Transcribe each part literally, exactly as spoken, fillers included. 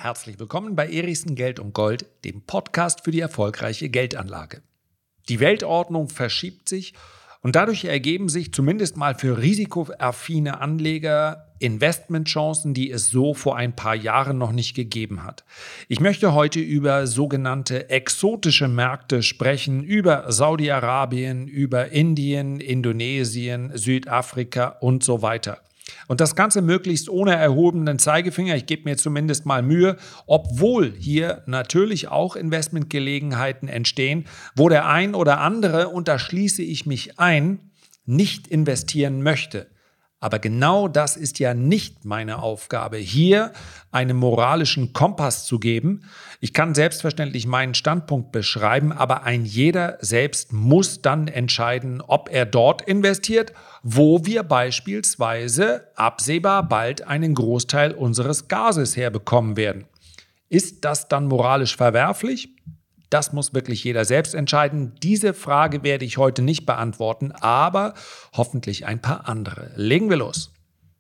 Herzlich willkommen bei Erichsen Geld und Gold, dem Podcast für die erfolgreiche Geldanlage. Die Weltordnung verschiebt sich und dadurch ergeben sich zumindest mal für risikoaffine Anleger Investmentchancen, die es so vor ein paar Jahren noch nicht gegeben hat. Ich möchte heute über sogenannte exotische Märkte sprechen, über Saudi-Arabien, über Indien, Indonesien, Südafrika und so weiter. Und das Ganze möglichst ohne erhobenen Zeigefinger. Ich gebe mir zumindest mal Mühe, obwohl hier natürlich auch Investmentgelegenheiten entstehen, wo der ein oder andere, und da schließe ich mich ein, nicht investieren möchte. Aber genau das ist ja nicht meine Aufgabe, hier einen moralischen Kompass zu geben. Ich kann selbstverständlich meinen Standpunkt beschreiben, aber ein jeder selbst muss dann entscheiden, ob er dort investiert, wo wir beispielsweise absehbar bald einen Großteil unseres Gases herbekommen werden. Ist das dann moralisch verwerflich? Das muss wirklich jeder selbst entscheiden. Diese Frage werde ich heute nicht beantworten, aber hoffentlich ein paar andere. Legen wir los.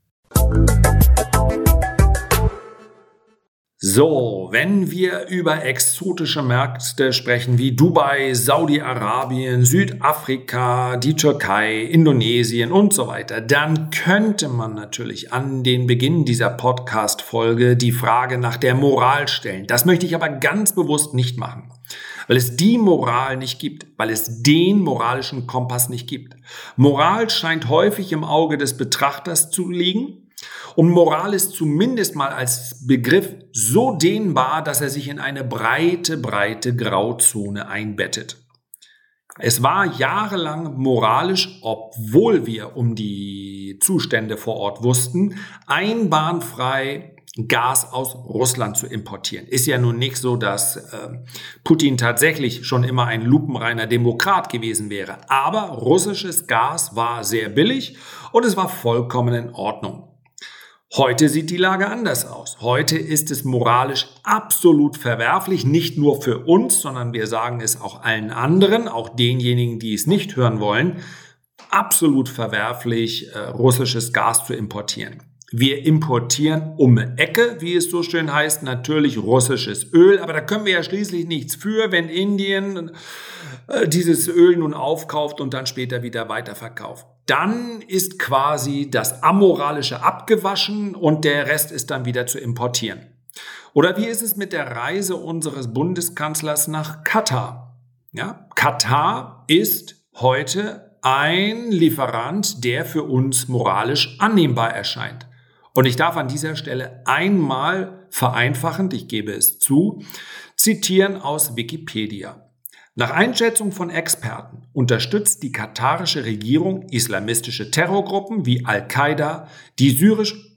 So, wenn wir über exotische Märkte sprechen wie Dubai, Saudi-Arabien, Südafrika, die Türkei, Indonesien und so weiter, dann könnte man natürlich an den Beginn dieser Podcast-Folge die Frage nach der Moral stellen. Das möchte ich aber ganz bewusst nicht machen, weil es die Moral nicht gibt, weil es den moralischen Kompass nicht gibt. Moral scheint häufig im Auge des Betrachters zu liegen. Und Moral ist zumindest mal als Begriff so dehnbar, dass er sich in eine breite, breite Grauzone einbettet. Es war jahrelang moralisch, obwohl wir um die Zustände vor Ort wussten, einbahnfrei Gas aus Russland zu importieren. Ist ja nun nicht so, dass äh, Putin tatsächlich schon immer ein lupenreiner Demokrat gewesen wäre. Aber russisches Gas war sehr billig und es war vollkommen in Ordnung. Heute sieht die Lage anders aus. Heute ist es moralisch absolut verwerflich, nicht nur für uns, sondern wir sagen es auch allen anderen, auch denjenigen, die es nicht hören wollen, absolut verwerflich, äh, russisches Gas zu importieren. Wir importieren um die Ecke, wie es so schön heißt, natürlich russisches Öl, aber da können wir ja schließlich nichts für, wenn Indien äh, dieses Öl nun aufkauft und dann später wieder weiterverkauft. Dann ist quasi das Amoralische abgewaschen und der Rest ist dann wieder zu importieren. Oder wie ist es mit der Reise unseres Bundeskanzlers nach Katar? Ja, Katar ist heute ein Lieferant, der für uns moralisch annehmbar erscheint. Und ich darf an dieser Stelle einmal vereinfachend, ich gebe es zu, zitieren aus Wikipedia. Nach Einschätzung von Experten unterstützt die katarische Regierung islamistische Terrorgruppen wie Al-Qaida, die syrisch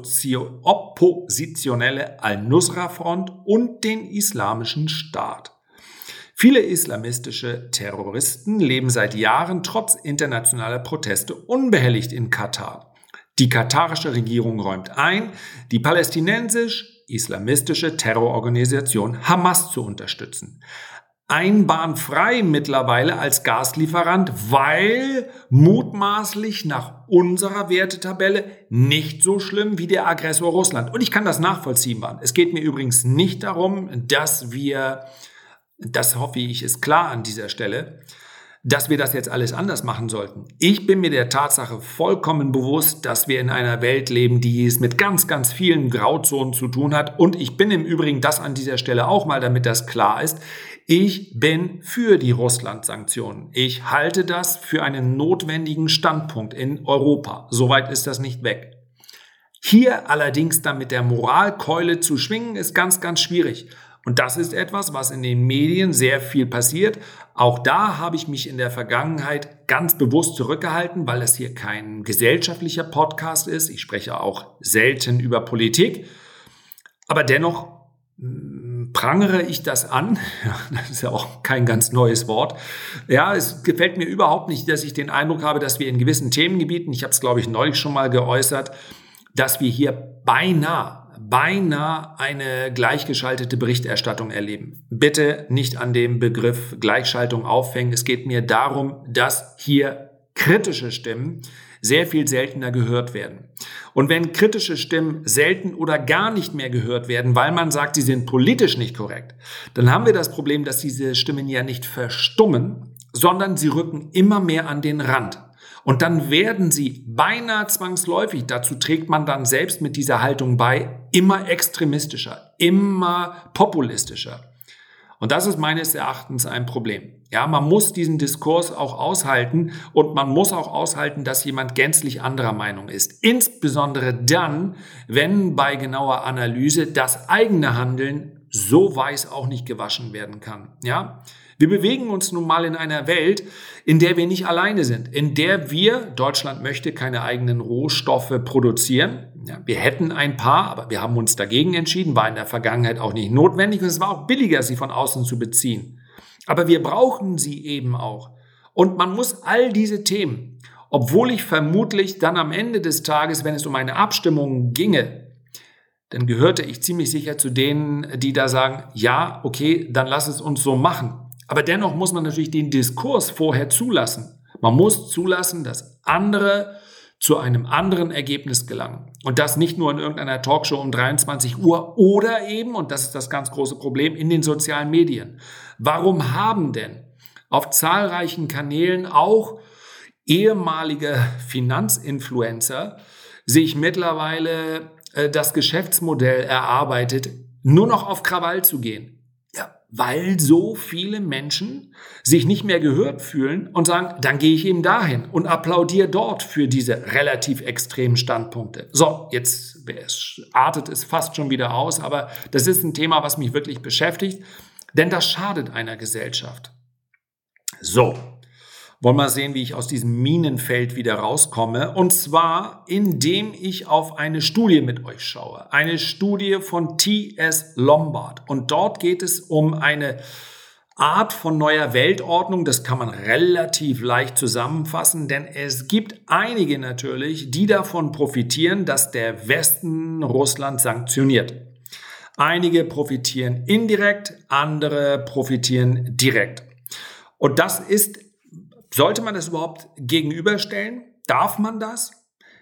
oppositionelle Al-Nusra-Front und den Islamischen Staat. Viele islamistische Terroristen leben seit Jahren trotz internationaler Proteste unbehelligt in Katar. Die katarische Regierung räumt ein, die palästinensisch-islamistische Terrororganisation Hamas zu unterstützen. Einbahnfrei mittlerweile als Gaslieferant, weil mutmaßlich nach unserer Wertetabelle nicht so schlimm wie der Aggressor Russland. Und ich kann das nachvollziehen. Es geht mir übrigens nicht darum, dass wir, das hoffe ich ist klar an dieser Stelle, dass wir das jetzt alles anders machen sollten. Ich bin mir der Tatsache vollkommen bewusst, dass wir in einer Welt leben, die es mit ganz, ganz vielen Grauzonen zu tun hat. Und ich bin im Übrigen, das an dieser Stelle auch mal, damit das klar ist, ich bin für die Russland-Sanktionen. Ich halte das für einen notwendigen Standpunkt in Europa. Soweit ist das nicht weg. Hier allerdings dann mit der Moralkeule zu schwingen, ist ganz, ganz schwierig. Und das ist etwas, was in den Medien sehr viel passiert. Auch da habe ich mich in der Vergangenheit ganz bewusst zurückgehalten, weil das hier kein gesellschaftlicher Podcast ist. Ich spreche auch selten über Politik. Aber dennoch mh, prangere ich das an. Ja, das ist ja auch kein ganz neues Wort. Ja, es gefällt mir überhaupt nicht, dass ich den Eindruck habe, dass wir in gewissen Themengebieten, ich habe es glaube ich neulich schon mal geäußert, dass wir hier beinahe beinahe eine gleichgeschaltete Berichterstattung erleben. Bitte nicht an dem Begriff Gleichschaltung aufhängen. Es geht mir darum, dass hier kritische Stimmen sehr viel seltener gehört werden. Und wenn kritische Stimmen selten oder gar nicht mehr gehört werden, weil man sagt, sie sind politisch nicht korrekt, dann haben wir das Problem, dass diese Stimmen ja nicht verstummen, sondern sie rücken immer mehr an den Rand. Und dann werden sie beinahe zwangsläufig, dazu trägt man dann selbst mit dieser Haltung bei, immer extremistischer, immer populistischer. Und das ist meines Erachtens ein Problem. Ja, man muss diesen Diskurs auch aushalten und man muss auch aushalten, dass jemand gänzlich anderer Meinung ist. Insbesondere dann, wenn bei genauer Analyse das eigene Handeln so weiß auch nicht gewaschen werden kann. Ja, wir bewegen uns nun mal in einer Welt, in der wir nicht alleine sind, in der wir, Deutschland möchte keine eigenen Rohstoffe produzieren. Ja, wir hätten ein paar, aber wir haben uns dagegen entschieden, war in der Vergangenheit auch nicht notwendig und es war auch billiger, sie von außen zu beziehen. Aber wir brauchen sie eben auch. Und man muss all diese Themen, obwohl ich vermutlich dann am Ende des Tages, wenn es um eine Abstimmung ginge, dann gehörte ich ziemlich sicher zu denen, die da sagen, ja, okay, dann lass es uns so machen. Aber dennoch muss man natürlich den Diskurs vorher zulassen. Man muss zulassen, dass andere zu einem anderen Ergebnis gelangen. Und das nicht nur in irgendeiner Talkshow um dreiundzwanzig Uhr oder eben, und das ist das ganz große Problem, in den sozialen Medien. Warum haben denn auf zahlreichen Kanälen auch ehemalige Finanzinfluencer sich mittlerweile äh, das Geschäftsmodell erarbeitet, nur noch auf Krawall zu gehen? Weil so viele Menschen sich nicht mehr gehört fühlen und sagen, dann gehe ich eben dahin und applaudiere dort für diese relativ extremen Standpunkte. So, jetzt artet es fast schon wieder aus, aber das ist ein Thema, was mich wirklich beschäftigt, denn das schadet einer Gesellschaft. So, wollen wir sehen, wie ich aus diesem Minenfeld wieder rauskomme. Und zwar, indem ich auf eine Studie mit euch schaue. Eine Studie von T S Lombard. Und dort geht es um eine Art von neuer Weltordnung. Das kann man relativ leicht zusammenfassen, denn es gibt einige natürlich, die davon profitieren, dass der Westen Russland sanktioniert. Einige profitieren indirekt, andere profitieren direkt. Und das ist Sollte man das überhaupt gegenüberstellen? Darf man das?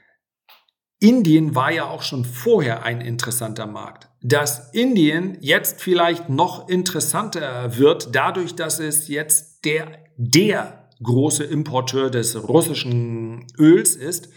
Indien war ja auch schon vorher ein interessanter Markt. Dass Indien jetzt vielleicht noch interessanter wird, dadurch, dass es jetzt der, der große Importeur des russischen Öls ist,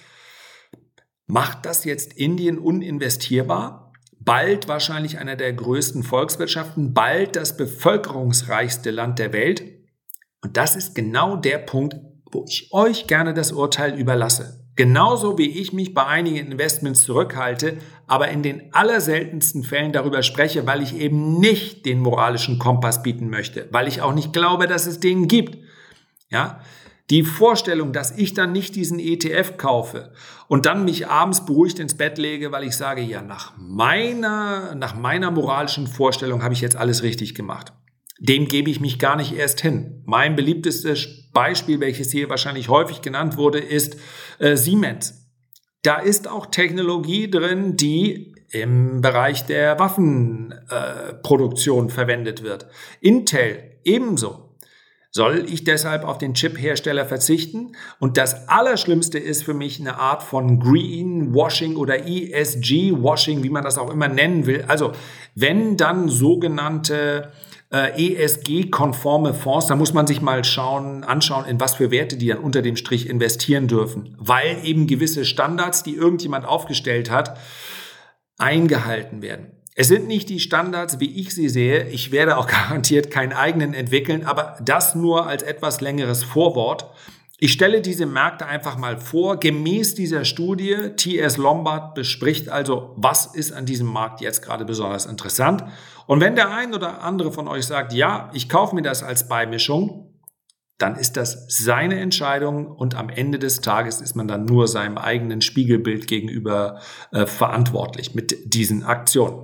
macht das jetzt Indien uninvestierbar? Bald wahrscheinlich einer der größten Volkswirtschaften, bald das bevölkerungsreichste Land der Welt. Und das ist genau der Punkt, wo ich euch gerne das Urteil überlasse. Genauso wie ich mich bei einigen Investments zurückhalte, aber in den allerseltensten Fällen darüber spreche, weil ich eben nicht den moralischen Kompass bieten möchte, weil ich auch nicht glaube, dass es den gibt. Ja? Die Vorstellung, dass ich dann nicht diesen E T F kaufe und dann mich abends beruhigt ins Bett lege, weil ich sage, ja, nach meiner, nach meiner moralischen Vorstellung habe ich jetzt alles richtig gemacht. Dem gebe ich mich gar nicht erst hin. Mein beliebtestes Beispiel, welches hier wahrscheinlich häufig genannt wurde, ist äh, Siemens. Da ist auch Technologie drin, die im Bereich der Waffenproduktion äh, verwendet wird. Intel ebenso. Soll ich deshalb auf den Chip-Hersteller verzichten? Und das Allerschlimmste ist für mich eine Art von Greenwashing oder E S G-Washing, wie man das auch immer nennen will. Also wenn dann sogenannte E S G-konforme Fonds, da muss man sich mal schauen, anschauen, in was für Werte die dann unter dem Strich investieren dürfen, weil eben gewisse Standards, die irgendjemand aufgestellt hat, eingehalten werden. Es sind nicht die Standards, wie ich sie sehe. Ich werde auch garantiert keinen eigenen entwickeln, aber das nur als etwas längeres Vorwort. Ich stelle diese Märkte einfach mal vor, gemäß dieser Studie. T S Lombard bespricht also, was ist an diesem Markt jetzt gerade besonders interessant. Und wenn der ein oder andere von euch sagt, ja, ich kaufe mir das als Beimischung, dann ist das seine Entscheidung und am Ende des Tages ist man dann nur seinem eigenen Spiegelbild gegenüber äh, verantwortlich mit diesen Aktionen.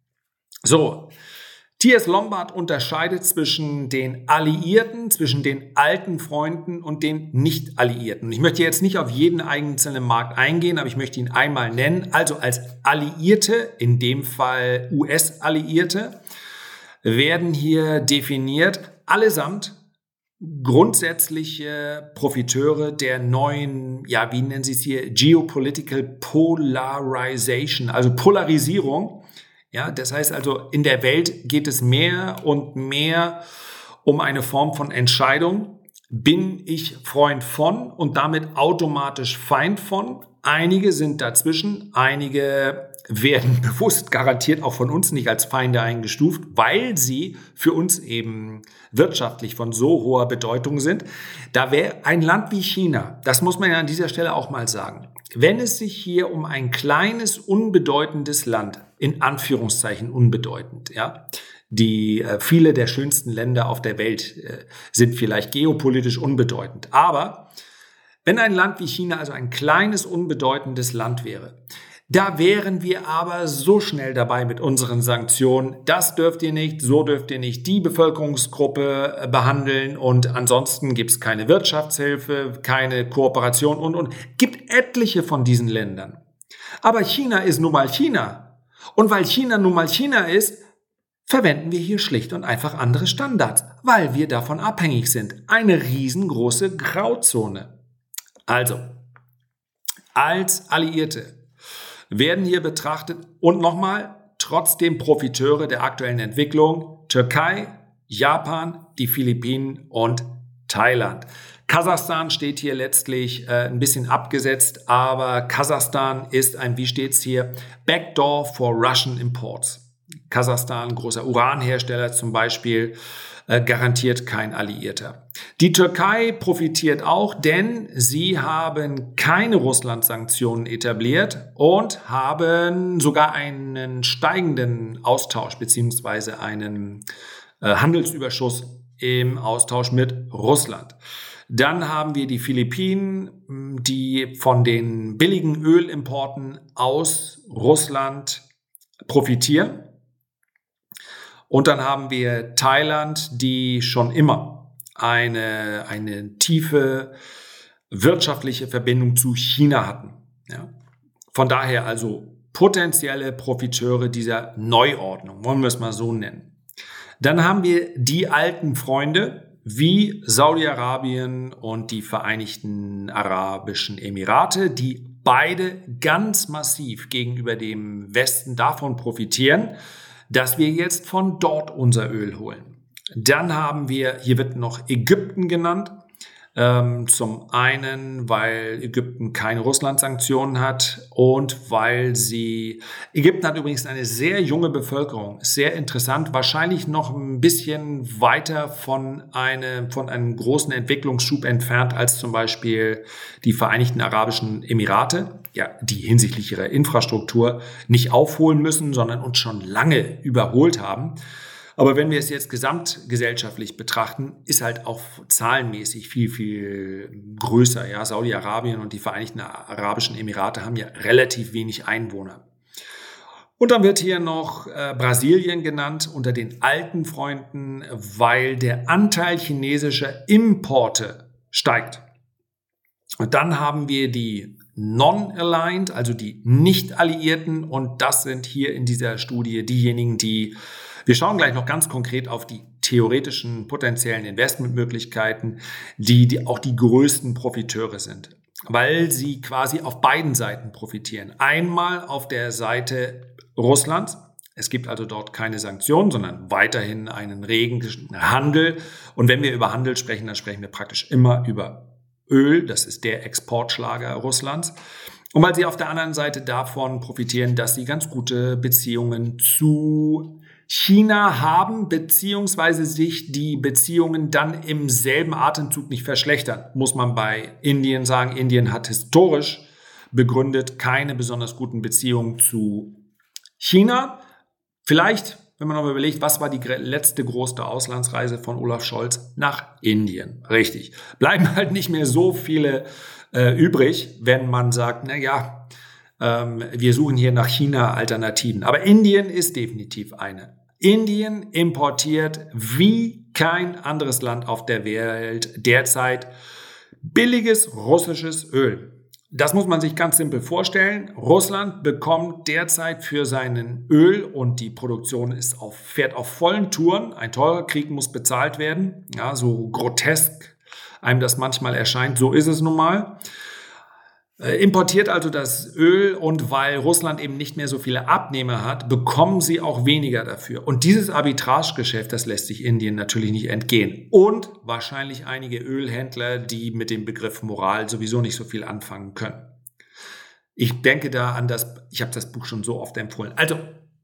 So, T S Lombard unterscheidet zwischen den Alliierten, zwischen den alten Freunden und den Nicht-Alliierten. Ich möchte jetzt nicht auf jeden einzelnen Markt eingehen, aber ich möchte ihn einmal nennen. Also als Alliierte, in dem Fall U S-Alliierte, werden hier definiert allesamt grundsätzliche Profiteure der neuen, ja, wie nennen Sie es hier, Geopolitical Polarization, also Polarisierung. Ja, das heißt also, in der Welt geht es mehr und mehr um eine Form von Entscheidung. Bin ich Freund von und damit automatisch Feind von? Einige sind dazwischen, einige werden bewusst garantiert auch von uns nicht als Feinde eingestuft, weil sie für uns eben wirtschaftlich von so hoher Bedeutung sind. Da wäre ein Land wie China, das muss man ja an dieser Stelle auch mal sagen, wenn es sich hier um ein kleines, unbedeutendes Land, in Anführungszeichen unbedeutend, ja, die äh, viele der schönsten Länder auf der Welt äh, sind vielleicht geopolitisch unbedeutend, aber wenn ein Land wie China also ein kleines, unbedeutendes Land wäre, da wären wir aber so schnell dabei mit unseren Sanktionen. Das dürft ihr nicht, so dürft ihr nicht die Bevölkerungsgruppe behandeln und ansonsten gibt es keine Wirtschaftshilfe, keine Kooperation und, und. Gibt etliche von diesen Ländern. Aber China ist nun mal China. Und weil China nun mal China ist, verwenden wir hier schlicht und einfach andere Standards, weil wir davon abhängig sind. Eine riesengroße Grauzone. Also, als Alliierte werden hier betrachtet und nochmal trotzdem Profiteure der aktuellen Entwicklung Türkei, Japan, die Philippinen und Thailand. Kasachstan steht hier letztlich äh, ein bisschen abgesetzt, aber Kasachstan ist ein, wie steht's hier, Backdoor for Russian Imports. Kasachstan, großer Uranhersteller zum Beispiel, äh, garantiert kein Alliierter. Die Türkei profitiert auch, denn sie haben keine Russland-Sanktionen etabliert und haben sogar einen steigenden Austausch beziehungsweise einen äh, Handelsüberschuss im Austausch mit Russland. Dann haben wir die Philippinen, die von den billigen Ölimporten aus Russland profitieren. Und dann haben wir Thailand, die schon immer eine, eine tiefe wirtschaftliche Verbindung zu China hatten. Ja. Von daher also potenzielle Profiteure dieser Neuordnung, wollen wir es mal so nennen. Dann haben wir die alten Freunde wie Saudi-Arabien und die Vereinigten Arabischen Emirate, die beide ganz massiv gegenüber dem Westen davon profitieren, dass wir jetzt von dort unser Öl holen. Dann haben wir, hier wird noch Ägypten genannt, ähm, zum einen, weil Ägypten keine Russland-Sanktionen hat und weil sie, Ägypten hat übrigens eine sehr junge Bevölkerung, sehr interessant, wahrscheinlich noch ein bisschen weiter von, eine, von einem großen Entwicklungsschub entfernt als zum Beispiel die Vereinigten Arabischen Emirate, ja, die hinsichtlich ihrer Infrastruktur nicht aufholen müssen, sondern uns schon lange überholt haben. Aber wenn wir es jetzt gesamtgesellschaftlich betrachten, ist halt auch zahlenmäßig viel, viel größer. Ja, Saudi-Arabien und die Vereinigten Arabischen Emirate haben ja relativ wenig Einwohner. Und dann wird hier noch äh, Brasilien genannt unter den alten Freunden, weil der Anteil chinesischer Importe steigt. Und dann haben wir die Non-Aligned, also die Nicht-Alliierten. Und das sind hier in dieser Studie diejenigen, die, wir schauen gleich noch ganz konkret auf die theoretischen potenziellen Investmentmöglichkeiten, die, die auch die größten Profiteure sind, weil sie quasi auf beiden Seiten profitieren. Einmal auf der Seite Russlands. Es gibt also dort keine Sanktionen, sondern weiterhin einen regen Handel. Und wenn wir über Handel sprechen, dann sprechen wir praktisch immer über Öl, das ist der Exportschlager Russlands. Und weil sie auf der anderen Seite davon profitieren, dass sie ganz gute Beziehungen zu China haben, beziehungsweise sich die Beziehungen dann im selben Atemzug nicht verschlechtern, muss man bei Indien sagen. Indien hat historisch begründet keine besonders guten Beziehungen zu China. Vielleicht, wenn man noch mal überlegt, was war die letzte große Auslandsreise von Olaf Scholz? Nach Indien. Richtig. Bleiben halt nicht mehr so viele äh, übrig, wenn man sagt, na ja, ähm, wir suchen hier nach China Alternativen. Aber Indien ist definitiv eine. Indien importiert wie kein anderes Land auf der Welt derzeit billiges russisches Öl. Das muss man sich ganz simpel vorstellen. Russland bekommt derzeit für seinen Öl und die Produktion ist auf, fährt auf vollen Touren. Ein teurer Krieg muss bezahlt werden. Ja, so grotesk einem das manchmal erscheint, so ist es nun mal. Äh, importiert also das Öl und weil Russland eben nicht mehr so viele Abnehmer hat, bekommen sie auch weniger dafür. Und dieses Arbitragegeschäft, das lässt sich Indien natürlich nicht entgehen. Und wahrscheinlich einige Ölhändler, die mit dem Begriff Moral sowieso nicht so viel anfangen können. Ich denke da an das, ich habe das Buch schon so oft empfohlen. Also,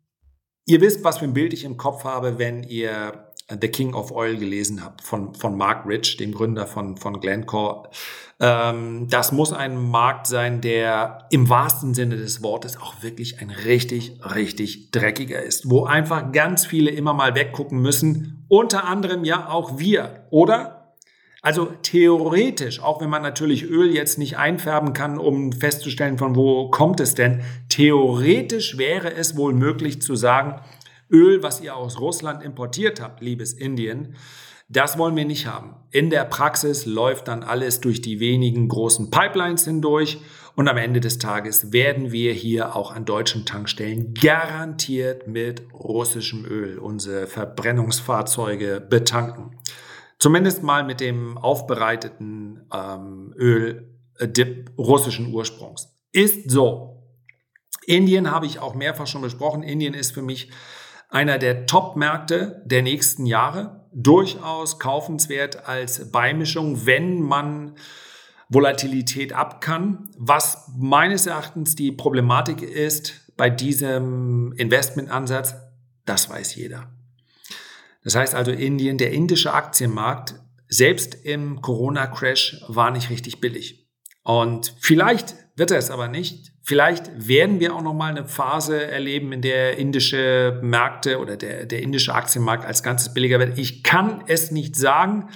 ihr wisst, was für ein Bild ich im Kopf habe, wenn ihr The King of Oil gelesen habt von, von Mark Rich, dem Gründer von, von Glencore. Ähm, das muss ein Markt sein, der im wahrsten Sinne des Wortes auch wirklich ein richtig, richtig dreckiger ist, wo einfach ganz viele immer mal weggucken müssen, unter anderem ja auch wir, oder? Also theoretisch, auch wenn man natürlich Öl jetzt nicht einfärben kann, um festzustellen, von wo kommt es denn, theoretisch wäre es wohl möglich zu sagen, Öl, was ihr aus Russland importiert habt, liebes Indien, das wollen wir nicht haben. In der Praxis läuft dann alles durch die wenigen großen Pipelines hindurch und am Ende des Tages werden wir hier auch an deutschen Tankstellen garantiert mit russischem Öl unsere Verbrennungsfahrzeuge betanken. Zumindest mal mit dem aufbereiteten ähm, Öl äh, dip, russischen Ursprungs. Ist so. Indien habe ich auch mehrfach schon besprochen. Indien ist für mich einer der Top-Märkte der nächsten Jahre, durchaus kaufenswert als Beimischung, wenn man Volatilität ab kann. Was meines Erachtens die Problematik ist bei diesem Investmentansatz, das weiß jeder. Das heißt also Indien, der indische Aktienmarkt, selbst im Corona-Crash war nicht richtig billig. Und vielleicht wird er es aber nicht. Vielleicht werden wir auch noch mal eine Phase erleben, in der indische Märkte oder der, der indische Aktienmarkt als Ganzes billiger wird. Ich kann es nicht sagen,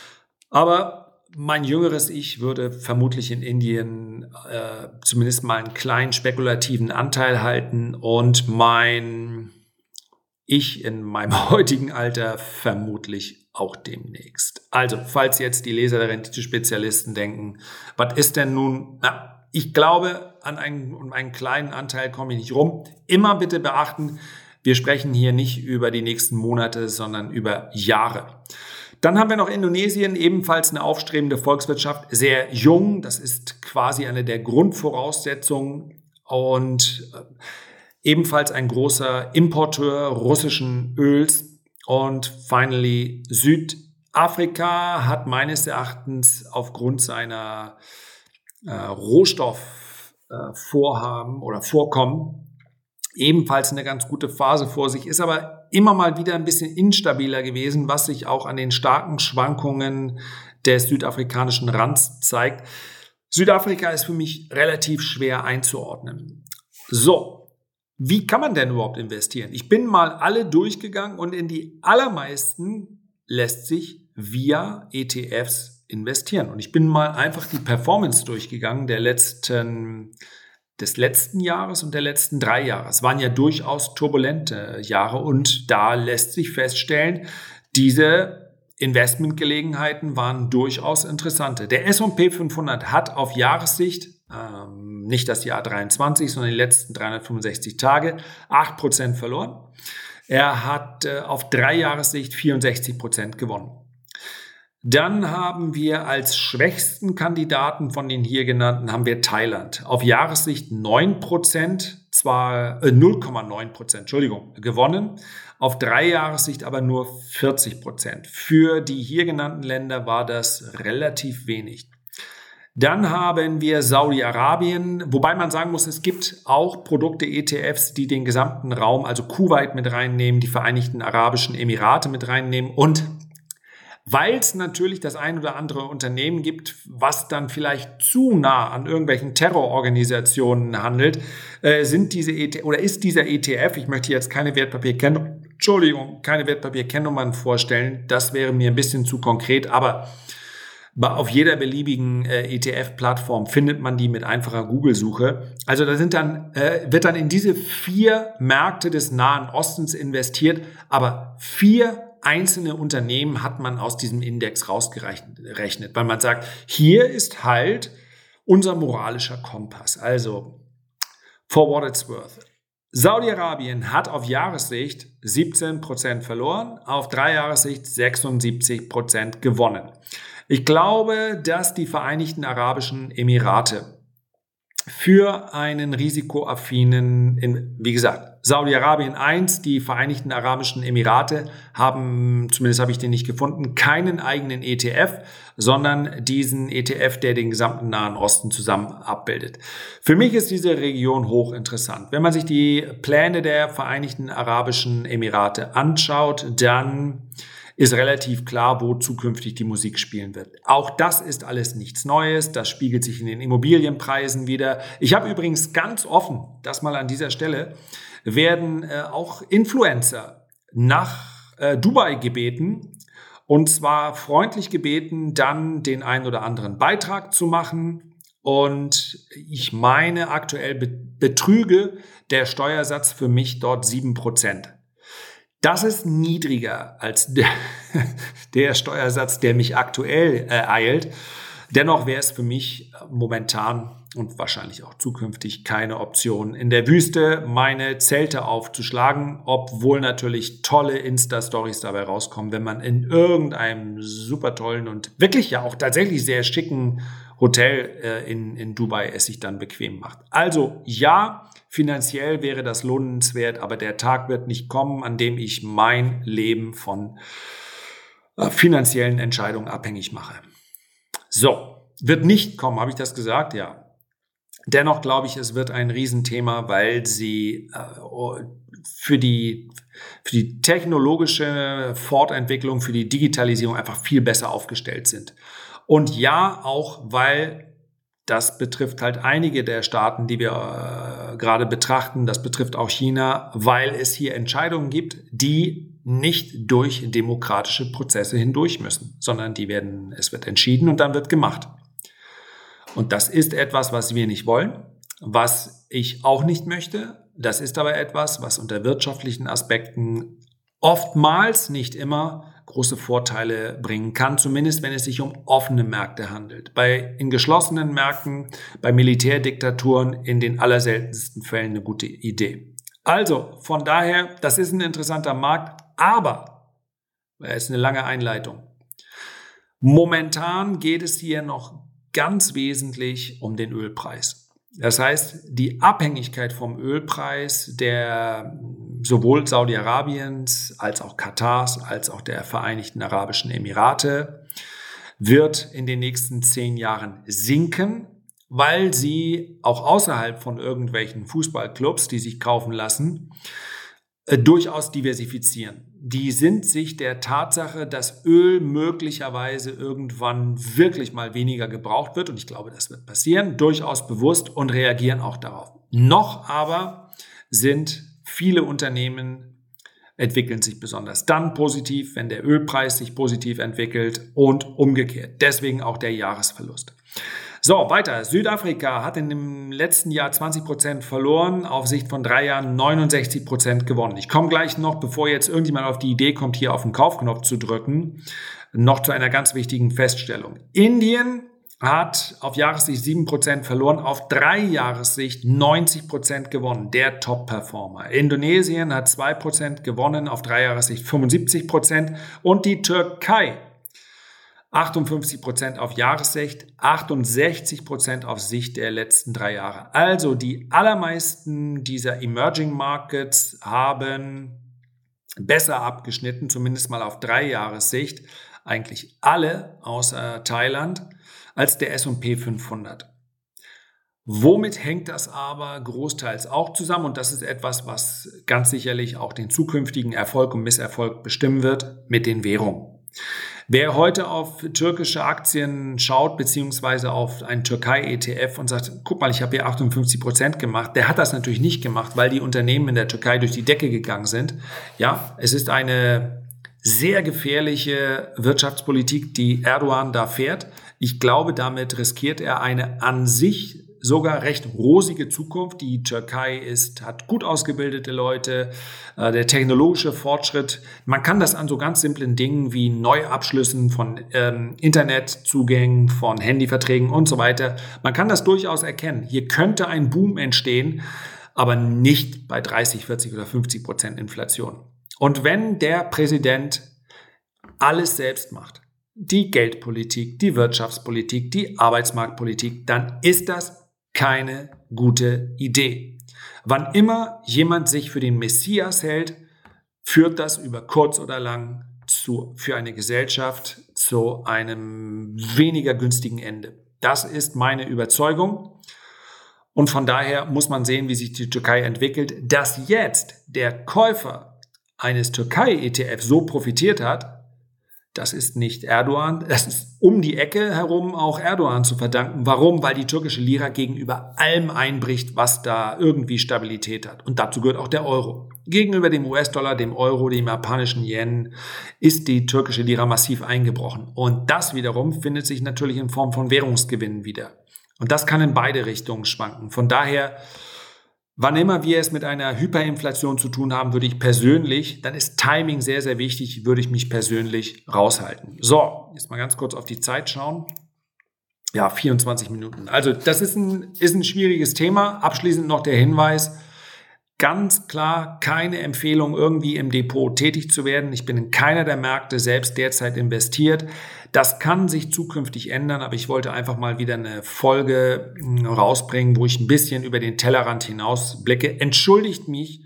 aber mein jüngeres Ich würde vermutlich in Indien äh, zumindest mal einen kleinen spekulativen Anteil halten und mein Ich in meinem heutigen Alter vermutlich auch demnächst. Also, falls jetzt die Leser der Rendite-Spezialisten denken, was ist denn nun, na, ich glaube, an einen, um einen kleinen Anteil komme ich nicht rum. Immer bitte beachten, wir sprechen hier nicht über die nächsten Monate, sondern über Jahre. Dann haben wir noch Indonesien, ebenfalls eine aufstrebende Volkswirtschaft, sehr jung. Das ist quasi eine der Grundvoraussetzungen und ebenfalls ein großer Importeur russischen Öls. Und finally, Südafrika hat meines Erachtens aufgrund seiner äh, Rohstoffvorhaben äh, oder Vorkommen ebenfalls eine ganz gute Phase vor sich, ist aber immer mal wieder ein bisschen instabiler gewesen, was sich auch an den starken Schwankungen des südafrikanischen Rands zeigt. Südafrika ist für mich relativ schwer einzuordnen. So, wie kann man denn überhaupt investieren? Ich bin mal alle durchgegangen und in die allermeisten lässt sich via E T Fs investieren. Und ich bin mal einfach die Performance durchgegangen der letzten, des letzten Jahres und der letzten drei Jahre. Es waren ja durchaus turbulente Jahre und da lässt sich feststellen, diese Investmentgelegenheiten waren durchaus interessante. Der S und P fünfhundert hat auf Jahressicht, ähm, nicht das Jahr dreiundzwanzig, sondern die letzten dreihundertfünfundsechzig Tage, acht Prozent verloren. Er hat äh, auf drei Jahressicht vierundsechzig Prozent gewonnen. Dann haben wir als schwächsten Kandidaten von den hier genannten haben wir Thailand. Auf Jahressicht neun Prozent, zwar äh, null Komma neun Prozent, Entschuldigung, gewonnen. Auf drei Jahressicht aber nur vierzig Prozent. Für die hier genannten Länder war das relativ wenig. Dann haben wir Saudi-Arabien, wobei man sagen muss, es gibt auch Produkte-E T Fs, die den gesamten Raum, also Kuwait mit reinnehmen, die Vereinigten Arabischen Emirate mit reinnehmen und weil es natürlich das ein oder andere Unternehmen gibt, was dann vielleicht zu nah an irgendwelchen Terrororganisationen handelt, äh, sind diese E T F oder ist dieser E T F, ich möchte jetzt keine Wertpapierkennung, Entschuldigung, keine Wertpapierkennnummern vorstellen, das wäre mir ein bisschen zu konkret, aber auf jeder beliebigen äh, E T F-Plattform findet man die mit einfacher Google-Suche. Also da sind dann, äh, wird dann in diese vier Märkte des Nahen Ostens investiert, aber vier einzelne Unternehmen hat man aus diesem Index rausgerechnet, weil man sagt, hier ist halt unser moralischer Kompass. Also, for what it's worth. Saudi-Arabien hat auf Jahressicht siebzehn Prozent verloren, auf Dreijahressicht sechsundsiebzig Prozent gewonnen. Ich glaube, dass die Vereinigten Arabischen Emirate für einen risikoaffinen, in, wie gesagt, Saudi-Arabien eins, die Vereinigten Arabischen Emirate haben, zumindest habe ich den nicht gefunden, keinen eigenen E T F, sondern diesen E T F, der den gesamten Nahen Osten zusammen abbildet. Für mich ist diese Region hochinteressant. Wenn man sich die Pläne der Vereinigten Arabischen Emirate anschaut, dann ist relativ klar, wo zukünftig die Musik spielen wird. Auch das ist alles nichts Neues, das spiegelt sich in den Immobilienpreisen wieder. Ich habe übrigens ganz offen, das mal an dieser Stelle, werden äh, auch Influencer nach äh, Dubai gebeten, und zwar freundlich gebeten, dann den einen oder anderen Beitrag zu machen. Und ich meine, aktuell betrüge der Steuersatz für mich dort sieben Prozent. Das ist niedriger als der, der Steuersatz, der mich aktuell ereilt. Dennoch wäre es für mich momentan und wahrscheinlich auch zukünftig keine Option, in der Wüste meine Zelte aufzuschlagen, obwohl natürlich tolle Insta-Stories dabei rauskommen, wenn man in irgendeinem super tollen und wirklich ja auch tatsächlich sehr schicken Hotel äh, in, in Dubai es sich dann bequem macht. Also ja, finanziell wäre das lohnenswert, aber der Tag wird nicht kommen, an dem ich mein Leben von äh, finanziellen Entscheidungen abhängig mache. So, wird nicht kommen, habe ich das gesagt? Ja. Dennoch glaube ich, es wird ein Riesenthema, weil sie äh, für die, für die technologische Fortentwicklung, für die Digitalisierung einfach viel besser aufgestellt sind. Und ja, auch weil das betrifft halt einige der Staaten, die wir äh, gerade betrachten, das betrifft auch China, weil es hier Entscheidungen gibt, die nicht durch demokratische Prozesse hindurch müssen, sondern die werden, es wird entschieden und dann wird gemacht. Und das ist etwas, was wir nicht wollen, was ich auch nicht möchte. Das ist aber etwas, was unter wirtschaftlichen Aspekten oftmals, nicht immer, große Vorteile bringen kann, zumindest wenn es sich um offene Märkte handelt. Bei in geschlossenen Märkten, bei Militärdiktaturen in den allerseltensten Fällen eine gute Idee. Also von daher, das ist ein interessanter Markt, aber es ist eine lange Einleitung. Momentan geht es hier noch ganz wesentlich um den Ölpreis. Das heißt, die Abhängigkeit vom Ölpreis der sowohl Saudi-Arabiens als auch Katars als auch der Vereinigten Arabischen Emirate wird in den nächsten zehn Jahren sinken, weil sie auch außerhalb von irgendwelchen Fußballclubs, die sich kaufen lassen, äh, durchaus diversifizieren. Die sind sich der Tatsache, dass Öl möglicherweise irgendwann wirklich mal weniger gebraucht wird, und ich glaube, das wird passieren, durchaus bewusst und reagieren auch darauf. Noch aber sind viele Unternehmen entwickeln sich besonders dann positiv, wenn der Ölpreis sich positiv entwickelt und umgekehrt. Deswegen auch der Jahresverlust. So, weiter. Südafrika hat in dem letzten Jahr zwanzig Prozent verloren, auf Sicht von drei Jahren neunundsechzig Prozent gewonnen. Ich komme gleich noch, bevor jetzt irgendjemand auf die Idee kommt, hier auf den Kaufknopf zu drücken, noch zu einer ganz wichtigen Feststellung. Indien hat auf Jahressicht sieben Prozent verloren, auf drei Jahressicht neunzig Prozent gewonnen, der Top-Performer. Indonesien hat zwei Prozent gewonnen, auf drei Jahressicht fünfundsiebzig Prozent und die Türkei achtundfünfzig Prozent auf Jahressicht, achtundsechzig Prozent auf Sicht der letzten drei Jahre. Also die allermeisten dieser Emerging Markets haben besser abgeschnitten, zumindest mal auf drei Jahressicht, eigentlich alle außer Thailand, als der S und P fünfhundert. Womit hängt das aber großteils auch zusammen? Und das ist etwas, was ganz sicherlich auch den zukünftigen Erfolg und Misserfolg bestimmen wird, mit den Währungen. Wer heute auf türkische Aktien schaut, beziehungsweise auf einen Türkei-E T F und sagt, guck mal, ich habe hier achtundfünfzig Prozent gemacht, der hat das natürlich nicht gemacht, weil die Unternehmen in der Türkei durch die Decke gegangen sind. Ja, es ist eine sehr gefährliche Wirtschaftspolitik, die Erdogan da fährt. Ich glaube, damit riskiert er eine an sich sogar recht rosige Zukunft. Die Türkei ist, hat gut ausgebildete Leute, äh, der technologische Fortschritt. Man kann das an so ganz simplen Dingen wie Neuabschlüssen von ähm, Internetzugängen, von Handyverträgen und so weiter. Man kann das durchaus erkennen. Hier könnte ein Boom entstehen, aber nicht bei dreißig, vierzig oder fünfzig Prozent Inflation. Und wenn der Präsident alles selbst macht, die Geldpolitik, die Wirtschaftspolitik, die Arbeitsmarktpolitik, dann ist das keine gute Idee. Wann immer jemand sich für den Messias hält, führt das über kurz oder lang zu, für eine Gesellschaft zu einem weniger günstigen Ende. Das ist meine Überzeugung. Und von daher muss man sehen, wie sich die Türkei entwickelt. Dass jetzt der Käufer eines Türkei-E T F so profitiert hat, das ist nicht Erdogan, das ist um die Ecke herum auch Erdogan zu verdanken. Warum? Weil die türkische Lira gegenüber allem einbricht, was da irgendwie Stabilität hat. Und dazu gehört auch der Euro. Gegenüber dem U S-Dollar, dem Euro, dem japanischen Yen ist die türkische Lira massiv eingebrochen. Und das wiederum findet sich natürlich in Form von Währungsgewinnen wieder. Und das kann in beide Richtungen schwanken. Von daher, wann immer wir es mit einer Hyperinflation zu tun haben, würde ich persönlich, dann ist Timing sehr, sehr wichtig, würde ich mich persönlich raushalten. So, jetzt mal ganz kurz auf die Zeit schauen. Ja, vierundzwanzig Minuten. Also das ist ein, ist ein schwieriges Thema. Abschließend noch der Hinweis, ganz klar keine Empfehlung, irgendwie im Depot tätig zu werden. Ich bin in keiner der Märkte selbst derzeit investiert. Das kann sich zukünftig ändern, aber ich wollte einfach mal wieder eine Folge rausbringen, wo ich ein bisschen über den Tellerrand hinaus blicke. Entschuldigt mich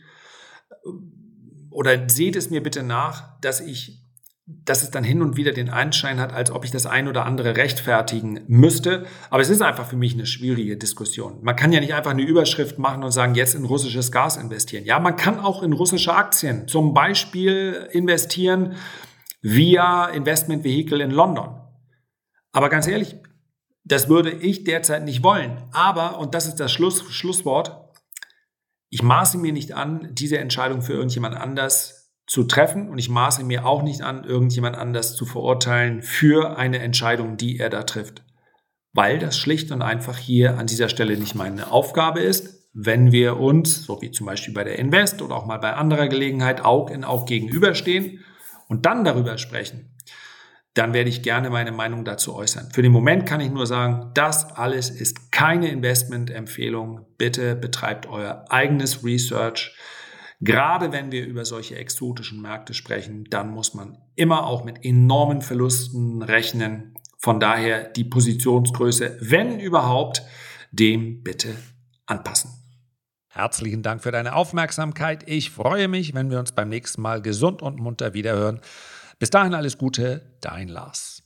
oder seht es mir bitte nach, dass ich, dass es dann hin und wieder den Anschein hat, als ob ich das ein oder andere rechtfertigen müsste. Aber es ist einfach für mich eine schwierige Diskussion. Man kann ja nicht einfach eine Überschrift machen und sagen, jetzt in russisches Gas investieren. Ja, man kann auch in russische Aktien zum Beispiel investieren via Investment Vehicle in London. Aber ganz ehrlich, das würde ich derzeit nicht wollen. Aber, und das ist das Schluss, Schlusswort, ich maße mir nicht an, diese Entscheidung für irgendjemand anders zu treffen und ich maße mir auch nicht an, irgendjemand anders zu verurteilen für eine Entscheidung, die er da trifft. Weil das schlicht und einfach hier an dieser Stelle nicht meine Aufgabe ist. Wenn wir uns, so wie zum Beispiel bei der Invest oder auch mal bei anderer Gelegenheit, Aug in Aug gegenüberstehen und dann darüber sprechen, dann werde ich gerne meine Meinung dazu äußern. Für den Moment kann ich nur sagen, das alles ist keine Investmentempfehlung. Bitte betreibt euer eigenes Research. Gerade wenn wir über solche exotischen Märkte sprechen, dann muss man immer auch mit enormen Verlusten rechnen. Von daher die Positionsgröße, wenn überhaupt, dem bitte anpassen. Herzlichen Dank für deine Aufmerksamkeit. Ich freue mich, wenn wir uns beim nächsten Mal gesund und munter wiederhören. Bis dahin alles Gute, dein Lars.